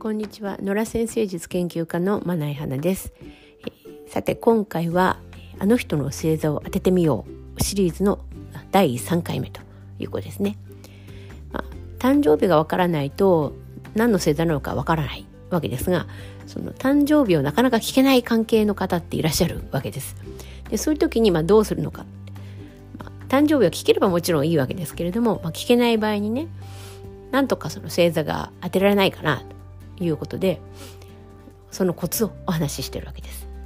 こんにちは。野良先生術研究家のまないはなです。さて今回はあの人の星座を当ててみようシリーズの第3回目ということですね。誕生日がわからないと何の星座なのかわからないわけですが、その誕生日をなかなか聞けない関係の方っていらっしゃるわけです。でそういう時にどうするのか、誕生日を聞ければもちろんいいわけですけれども、聞けない場合にね、なんとかその星座が当てられないかなということで、そのコツをお話ししているわけです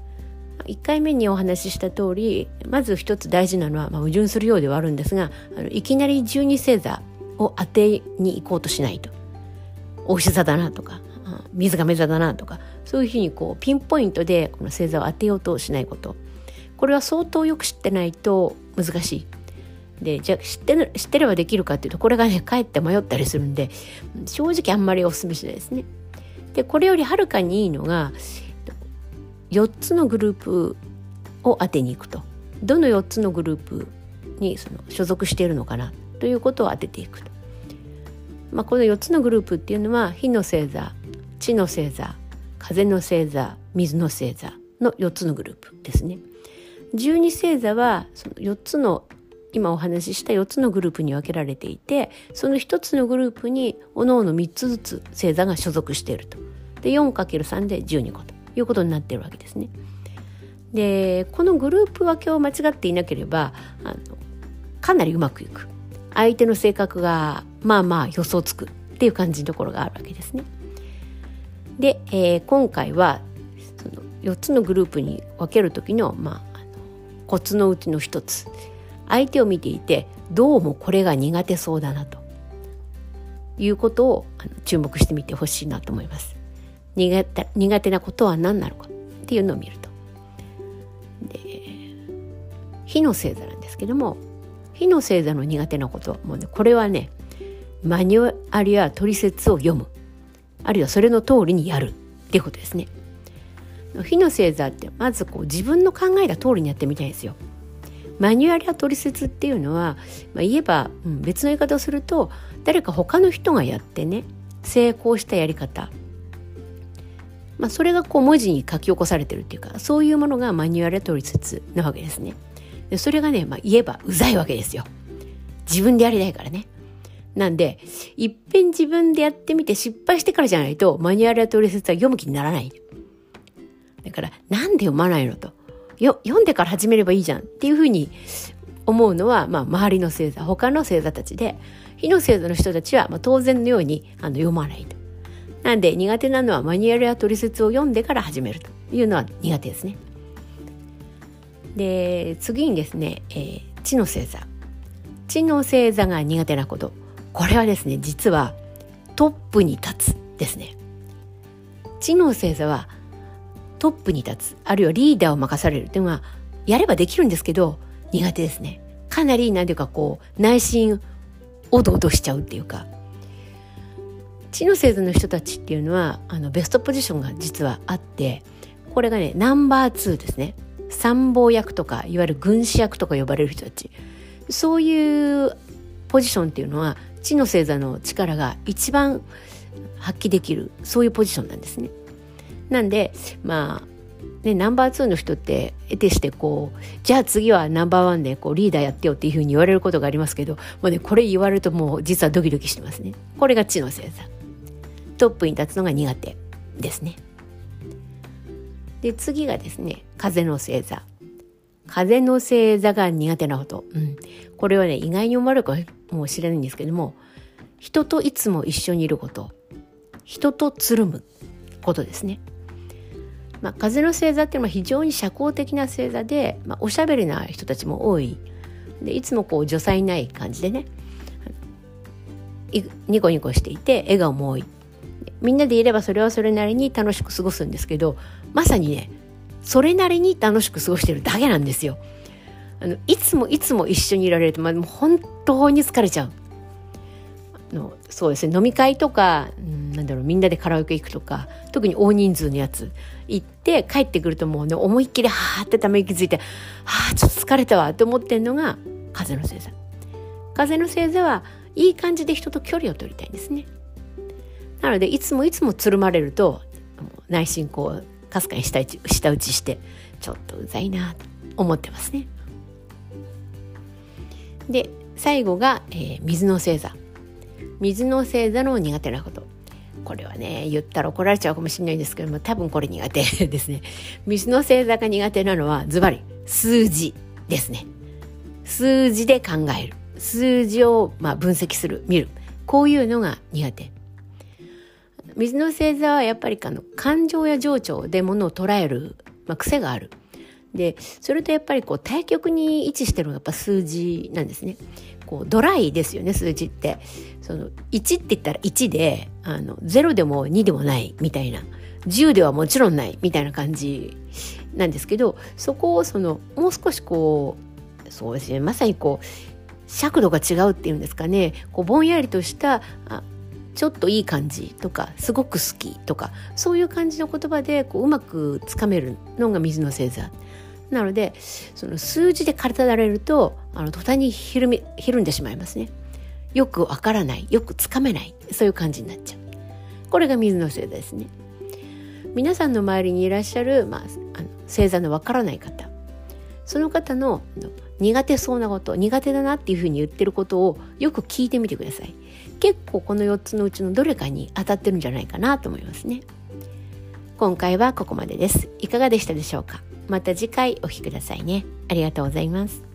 。1回目にお話しした通り、まず一つ大事なのは、矛盾するようではあるんですが、いきなり12星座を当てに行こうとしないと。牡牛座だなとか、水亀座だなとか、そういうふうにピンポイントでこの星座を当てようとしないこと。これは相当よく知ってないと難しい。でじゃあ知ってればできるかっていうと、これがねかえって迷ったりするんで、正直あんまりお勧めしないですね。でこれよりはるかにいいのが、4つのグループを当てに行くと。どの4つのグループに所属しているのかなということを当てていくと。この4つのグループっていうのは、火の星座、地の星座、風の星座、水の星座の4つのグループですね。12星座はその4つの今お話しした4つのグループに分けられていて、その1つのグループにおのおの3つずつ星座が所属していると。で 4×3 で12個ということになっているわけですね。でこのグループ分けを間違っていなければかなりうまくいく。相手の性格が予想つくっていう感じのところがあるわけですね。で、今回はその4つのグループに分ける時の、コツのうちの一つ、相手を見ていてどうもこれが苦手そうだなということを注目してみてほしいなと思います。苦手なことは何なのかっていうのを見ると。で火の星座なんですけども、火の星座の苦手なことはこれはね、マニュアルや取説を読む、あるいはそれの通りにやるっていうことですね。火の星座ってまず自分の考えた通りにやってみたいんですよ。マニュアルや取説っていうのは、言えば、別の言い方をすると、誰か他の人がやってね、成功したやり方、それが文字に書き起こされてるっていうか、そういうものがマニュアルや取説なわけですね。でそれがね、言えばうざいわけですよ。自分でやりたいからね。なんでいっぺん自分でやってみて失敗してからじゃないと、マニュアルや取説は読む気にならない。だからなんで読まないのと、読んでから始めればいいじゃんっていうふうに思うのは、周りの星座、他の星座たちで、火の星座の人たちは当然のように読まないと。なんで苦手なのはマニュアルや取説を読んでから始めるというのは苦手ですね。で次にですね、地の星座。地の星座が苦手なこと、これはですね、実はトップに立つですね。地の星座はトップに立つ、あるいはリーダーを任されるというのはやればできるんですけど苦手ですね。かなり内心おどおどしちゃうっていうか、地の星座の人たちっていうのはベストポジションが実はあって、これがねナンバー2ですね。参謀役とかいわゆる軍師役とか呼ばれる人たち、そういうポジションっていうのは地の星座の力が一番発揮できる、そういうポジションなんですね。なんでナンバー2の人って得てしてじゃあ次はナンバー1でリーダーやってよっていうふうに言われることがありますけど、これ言われるともう実はドキドキしてますね。これが地の星座、トップに立つのが苦手ですね。で次がですね、風の星座。風の星座が苦手なこと、これはね意外に思われるかもしれないんですけども、人といつも一緒にいること、人とつるむことですね。風の星座っていうのは非常に社交的な星座で、おしゃべりな人たちも多い。でいつも女才ない感じでね、ニコニコしていて笑顔も多い。みんなでいればそれはそれなりに楽しく過ごすんですけど、まさにねそれなりに楽しく過ごしてるだけなんですよ。いつも一緒にいられると、もう本当に疲れちゃう。そうですね、飲み会とか、みんなでカラオケ行くとか、特に大人数のやつ行って帰ってくるともうね、思いっきりはーってため息ついて、ちょっと疲れたわって思ってんのが風の星座。風の星座はいい感じで人と距離を取りたいんですね。 なのでいつもつるまれると内心こうかすかに舌打ちしてちょっとうざいなと思ってますね。で最後が、水の星座。水の星座の苦手なこと、これはね言ったら怒られちゃうかもしれないんですけども、多分これ苦手ですね。水の星座が苦手なのはズバリ数字ですね。数字で考える、数字を分析する、見る、こういうのが苦手。水の星座はやっぱり感情や情緒でものを捉える、癖がある。でそれとやっぱりこう対極に位置してるのがやっぱ数字なんですね。こうドライですよね、数字って。その1って言ったら1で0でも2でもないみたいな、10ではもちろんないみたいな感じなんですけど、そこをもう少しこうそうですね、まさにこう尺度が違うっていうんですかね、こうぼんやりとしたちょっといい感じとかすごく好きとか、そういう感じの言葉でこううまくつかめるのが水の星座なので、その数字で語られると途端にひるんでしまいますね。よくわからない、よくつかめない、そういう感じになっちゃう。これが水の星座ですね。皆さんの周りにいらっしゃる、星座のわからない方、その方の苦手そうなこと、苦手だなっていうふうに言ってることをよく聞いてみてください。結構この4つのうちのどれかに当たってるんじゃないかなと思いますね。今回はここまでです。いかがでしたでしょうか。また次回お聞きくださいね。ありがとうございます。